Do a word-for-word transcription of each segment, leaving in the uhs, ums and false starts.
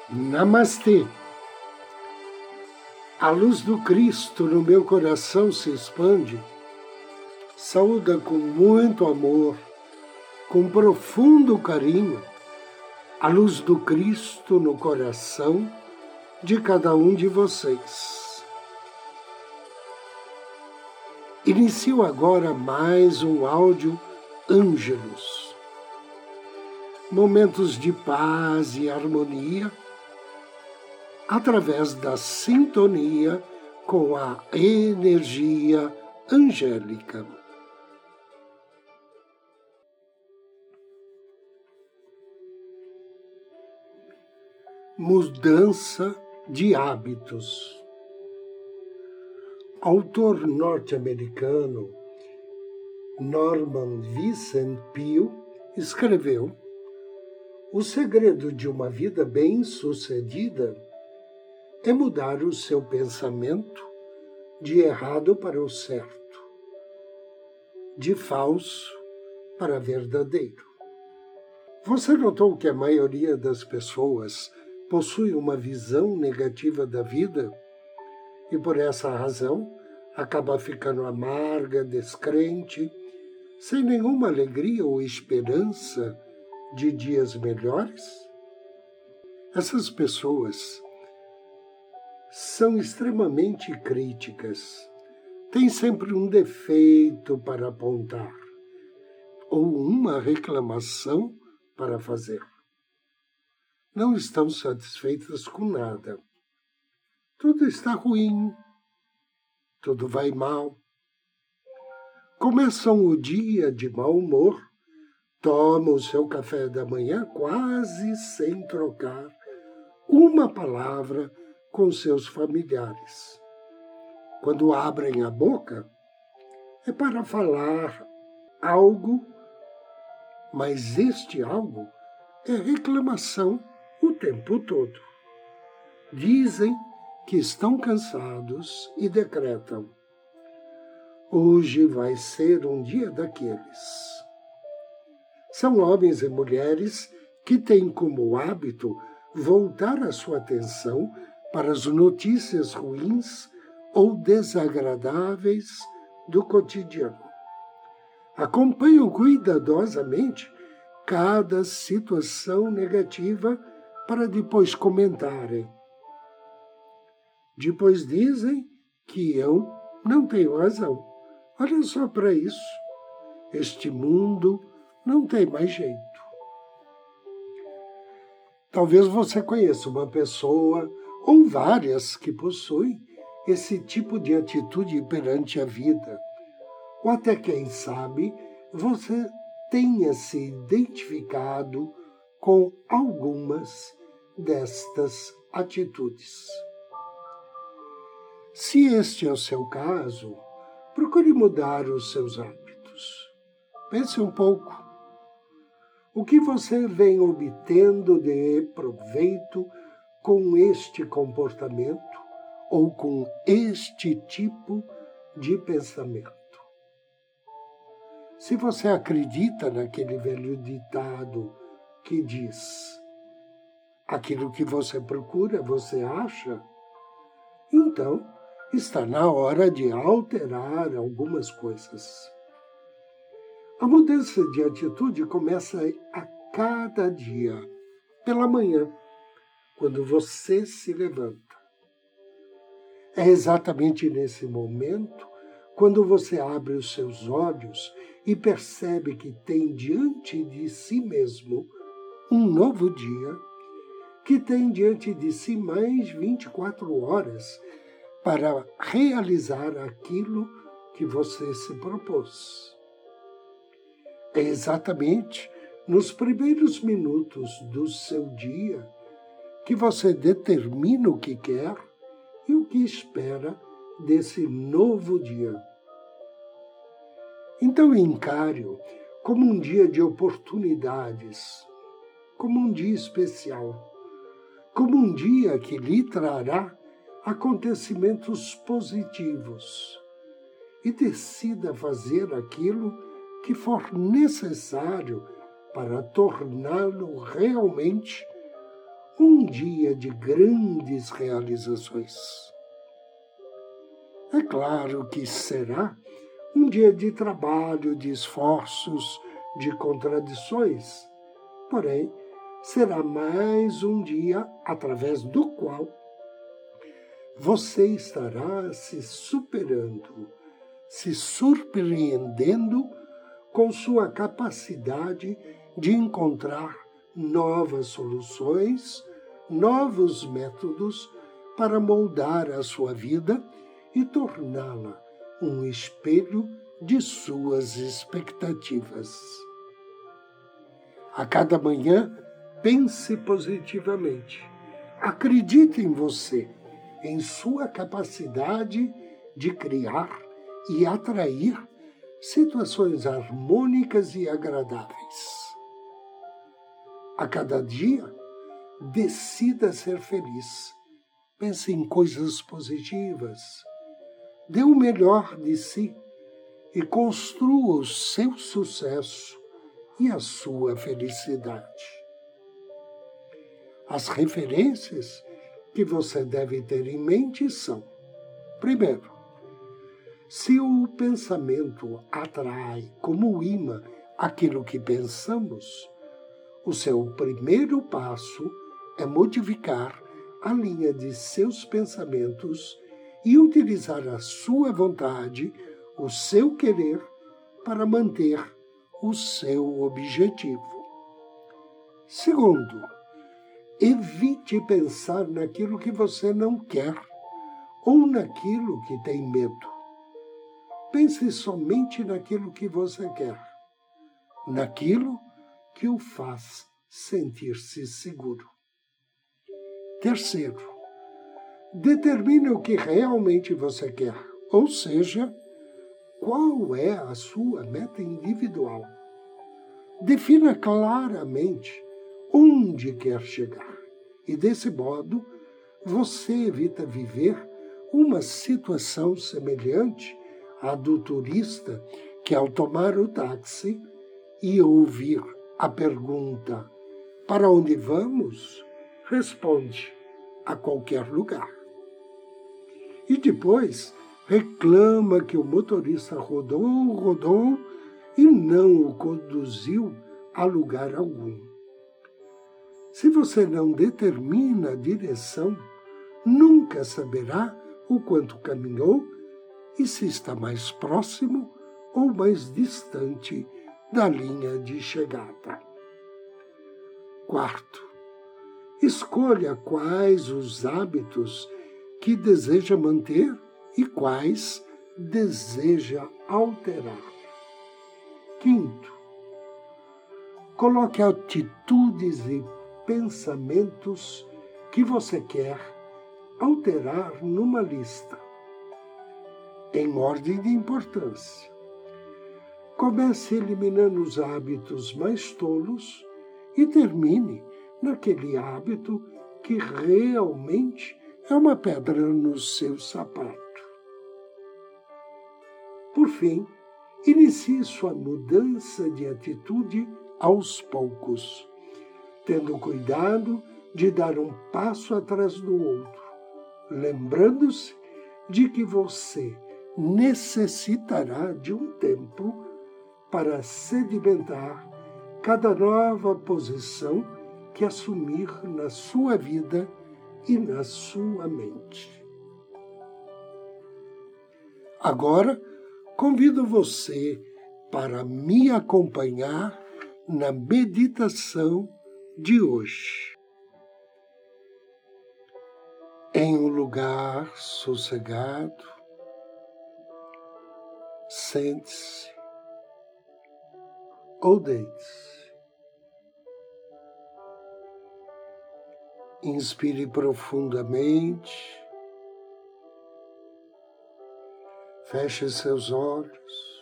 Namastê! A luz do Cristo no meu coração se expande, saúda com muito amor, com profundo carinho, a luz do Cristo no coração de cada um de vocês. Inicio agora mais um áudio Ângelos. Momentos de paz e harmonia, através da sintonia com a energia angélica. Mudança de hábitos. Autor norte-americano Norman Vincent Peale escreveu: o segredo de uma vida bem-sucedida é mudar o seu pensamento de errado para o certo, de falso para verdadeiro. Você notou que a maioria das pessoas possui uma visão negativa da vida e, por essa razão, acaba ficando amarga, descrente, sem nenhuma alegria ou esperança de dias melhores? Essas pessoas são extremamente críticas, têm sempre um defeito para apontar ou uma reclamação para fazer. Não estão satisfeitas com nada. Tudo está ruim, tudo vai mal. Começam o dia de mau humor, tomam o seu café da manhã quase sem trocar uma palavra com seus familiares. Quando abrem a boca, é para falar algo, mas este algo é reclamação o tempo todo. Dizem que estão cansados e decretam: hoje vai ser um dia daqueles. São homens e mulheres que têm como hábito voltar a sua atenção para as notícias ruins ou desagradáveis do cotidiano. Acompanham cuidadosamente cada situação negativa para depois comentarem. Depois dizem que eu não tenho razão. Olha só para isso. Este mundo não tem mais jeito. Talvez você conheça uma pessoa ou várias que possuem esse tipo de atitude perante a vida. Ou até, quem sabe, você tenha se identificado com algumas destas atitudes. Se este é o seu caso, procure mudar os seus hábitos. Pense um pouco. O que você vem obtendo de proveito com este comportamento ou com este tipo de pensamento? Se você acredita naquele velho ditado que diz: aquilo que você procura, você acha, então está na hora de alterar algumas coisas. A mudança de atitude começa a cada dia, pela manhã, quando você se levanta. É exatamente nesse momento, quando você abre os seus olhos e percebe que tem diante de si mesmo um novo dia, que tem diante de si mais vinte e quatro horas para realizar aquilo que você se propôs. É exatamente nos primeiros minutos do seu dia que você determina o que quer e o que espera desse novo dia. Então encare-o como um dia de oportunidades, como um dia especial, como um dia que lhe trará acontecimentos positivos, e decida fazer aquilo que for necessário para torná-lo realmente um dia de grandes realizações. É claro que será um dia de trabalho, de esforços, de contradições, porém, será mais um dia através do qual você estará se superando, se surpreendendo com sua capacidade de encontrar novas soluções, novos métodos para moldar a sua vida e torná-la um espelho de suas expectativas. A cada manhã, pense positivamente. Acredite em você, em sua capacidade de criar e atrair situações harmônicas e agradáveis. A cada dia, decida ser feliz. Pense em coisas positivas. Dê o melhor de si e construa o seu sucesso e a sua felicidade. As referências que você deve ter em mente são: primeiro, se o pensamento atrai como imã aquilo que pensamos, o seu primeiro passo é modificar a linha de seus pensamentos e utilizar a sua vontade, o seu querer, para manter o seu objetivo. Segundo, evite pensar naquilo que você não quer ou naquilo que tem medo. Pense somente naquilo que você quer, naquilo que o faz sentir-se seguro. Terceiro, determine o que realmente você quer, ou seja, qual é a sua meta individual. Defina claramente onde quer chegar e, desse modo, você evita viver uma situação semelhante à do turista que, ao tomar o táxi e ouvir a pergunta "para onde vamos?", responde "a qualquer lugar". E depois reclama que o motorista rodou, rodou e não o conduziu a lugar algum. Se você não determina a direção, nunca saberá o quanto caminhou e se está mais próximo ou mais distante da linha de chegada. Quarto, escolha quais os hábitos que deseja manter e quais deseja alterar. Quinto, coloque atitudes e pensamentos que você quer alterar numa lista, em ordem de importância. Comece eliminando os hábitos mais tolos e termine naquele hábito que realmente é uma pedra no seu sapato. Por fim, inicie sua mudança de atitude aos poucos, tendo cuidado de dar um passo atrás do outro, lembrando-se de que você necessitará de um tempo para sedimentar cada nova posição que assumir na sua vida e na sua mente. Agora, convido você para me acompanhar na meditação de hoje. Em um lugar sossegado, sente-se ou deite-se. Inspire profundamente, feche seus olhos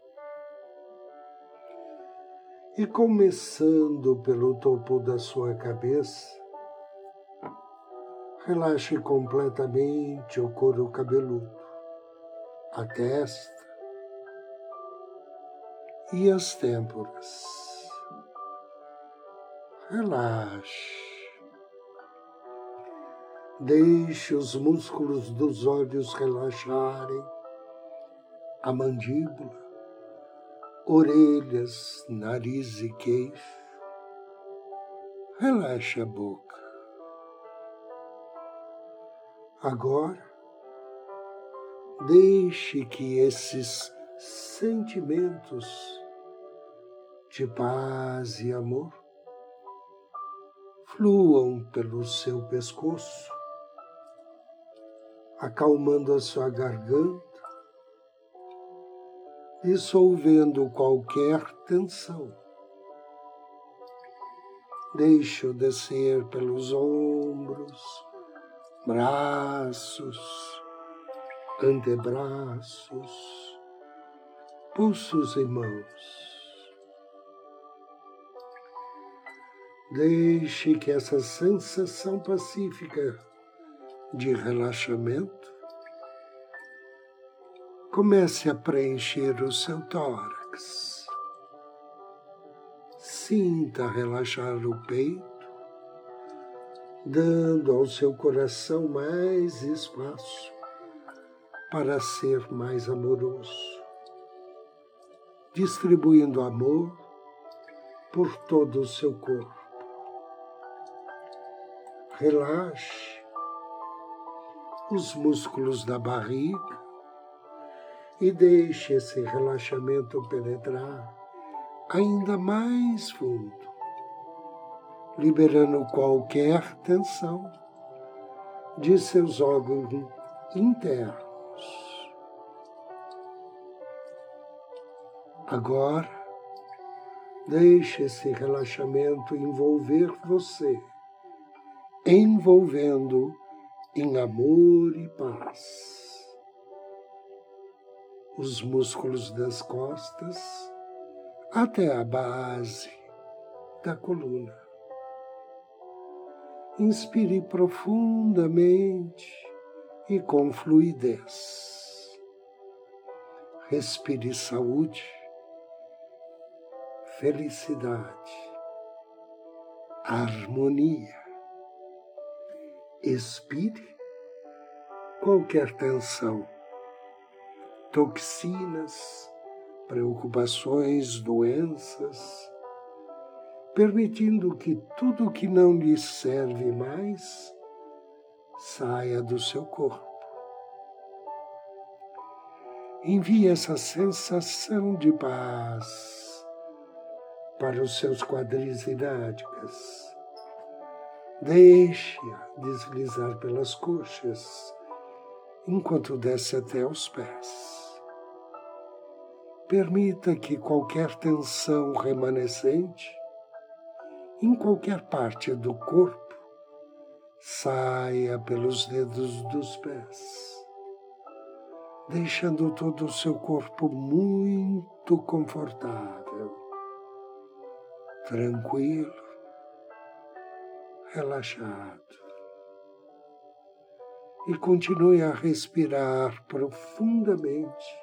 e, começando pelo topo da sua cabeça, relaxe completamente o couro cabeludo, a testa e as têmporas. Relaxe. Deixe os músculos dos olhos relaxarem, a mandíbula, orelhas, nariz e queixo. Relaxe a boca. Agora, deixe que esses sentimentos de paz e amor fluam pelo seu pescoço, acalmando a sua garganta, dissolvendo qualquer tensão. Deixe-o descer pelos ombros, braços, antebraços, pulsos e mãos. Deixe que essa sensação pacífica de relaxamento comece a preencher o seu tórax. Sinta relaxar o peito, dando ao seu coração mais espaço para ser mais amoroso, distribuindo amor por todo o seu corpo. Relaxe os músculos da barriga e deixe esse relaxamento penetrar ainda mais fundo, liberando qualquer tensão de seus órgãos internos. Agora, deixe esse relaxamento envolver você, envolvendo em amor e paz. Os músculos das costas até a base da coluna. Inspire profundamente e com fluidez. Respire saúde, felicidade, harmonia. Expire qualquer tensão, toxinas, preocupações, doenças, permitindo que tudo que não lhe serve mais saia do seu corpo. Envie essa sensação de paz para os seus quadris e nádegas. Deixe-a deslizar pelas coxas, enquanto desce até os pés. Permita que qualquer tensão remanescente, em qualquer parte do corpo, saia pelos dedos dos pés, deixando todo o seu corpo muito confortável, tranquilo, relaxado. E continue a respirar profundamente,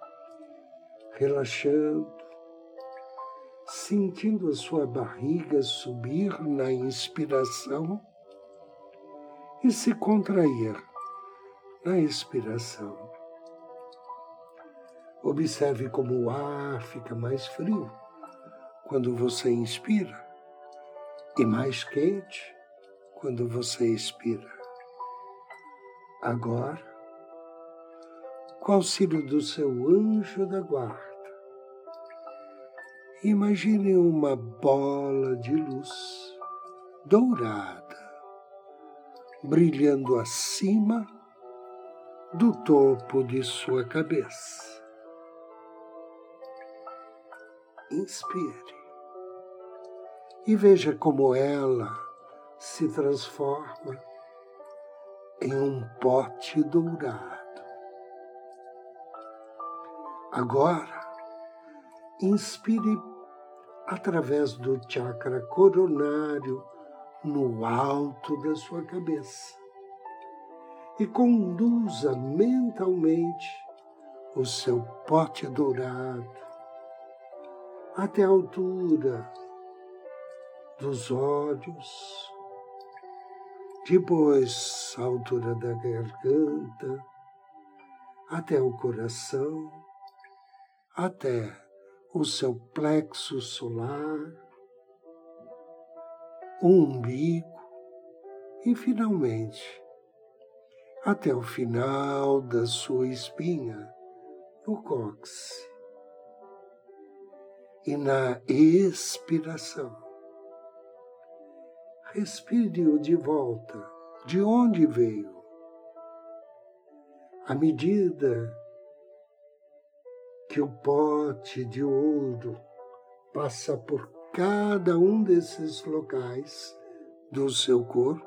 relaxando, sentindo a sua barriga subir na inspiração e se contrair na expiração. Observe como o ar fica mais frio quando você inspira e mais quente quando você expira. Agora, com o auxílio do seu anjo da guarda, imagine uma bola de luz dourada brilhando acima do topo de sua cabeça. Inspire e veja como ela se transforma em um pote dourado. Agora, inspire através do chakra coronário no alto da sua cabeça e conduza mentalmente o seu pote dourado até a altura dos olhos, depois a altura da garganta, até o coração, até o seu plexo solar, o umbigo e, finalmente, até o final da sua espinha, no cóccix. E na expiração, respire-o de volta, de onde veio. À medida que o pote de ouro passa por cada um desses locais do seu corpo,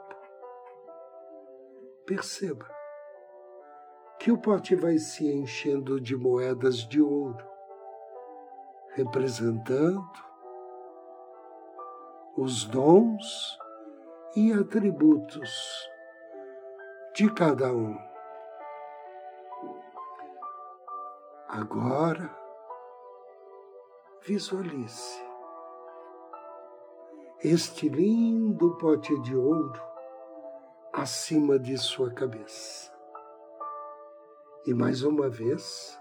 perceba que o pote vai se enchendo de moedas de ouro, representando os dons e atributos de cada um. Agora, visualize este lindo pote de ouro acima de sua cabeça. E mais uma vez,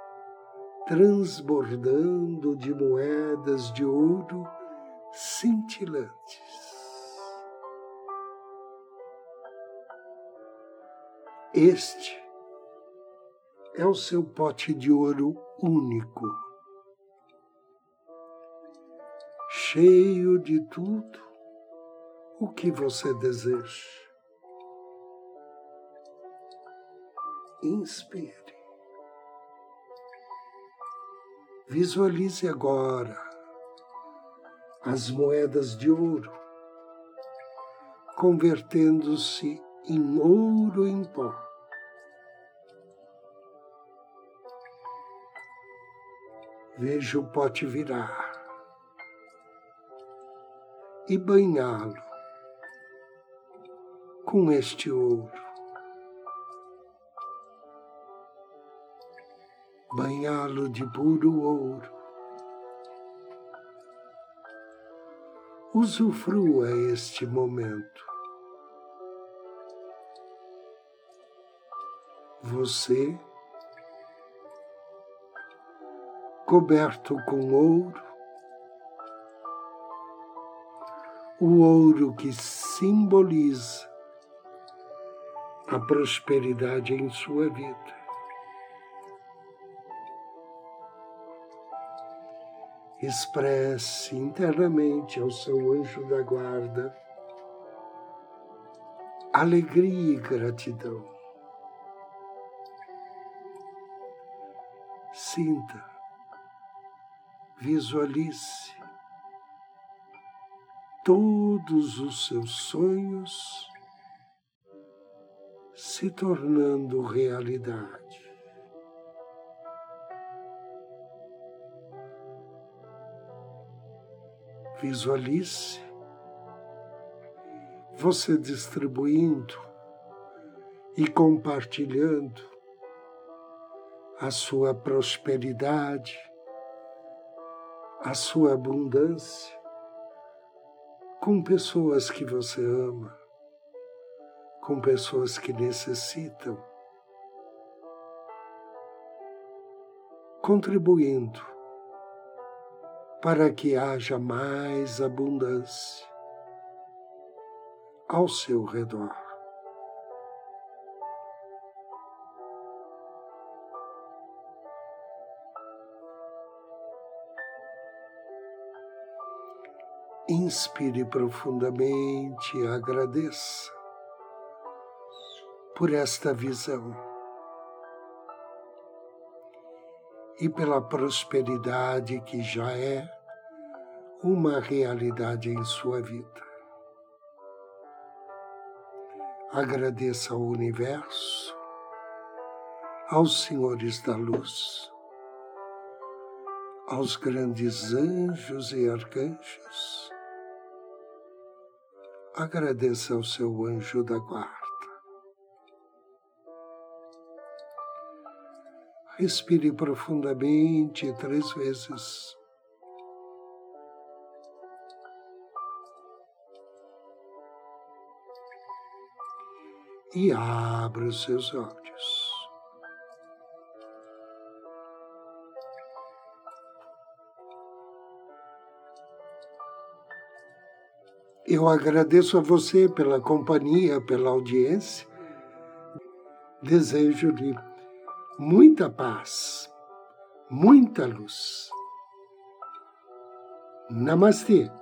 transbordando de moedas de ouro cintilantes. Este é o seu pote de ouro único, cheio de tudo o que você deseja. Inspire. Visualize agora as moedas de ouro convertendo-se em ouro em pó. Veja o pote virar e banhá-lo com este ouro. Banhá-lo de puro ouro. Usufrua este momento. Você, coberto com ouro, o ouro que simboliza a prosperidade em sua vida. Expresse internamente ao seu anjo da guarda alegria e gratidão. Sinta, visualize todos os seus sonhos se tornando realidade. Visualize você distribuindo e compartilhando a sua prosperidade, a sua abundância com pessoas que você ama, com pessoas que necessitam, contribuindo para que haja mais abundância ao seu redor. Inspire profundamente e agradeça por esta visão e pela prosperidade que já é uma realidade em sua vida. Agradeça ao universo, aos senhores da luz, aos grandes anjos e arcanjos. Agradeça ao seu anjo da guarda. Respire profundamente três vezes. e abra os seus olhos. Eu agradeço a você pela companhia, pela audiência. Desejo-lhe muita paz, muita luz. Namastê.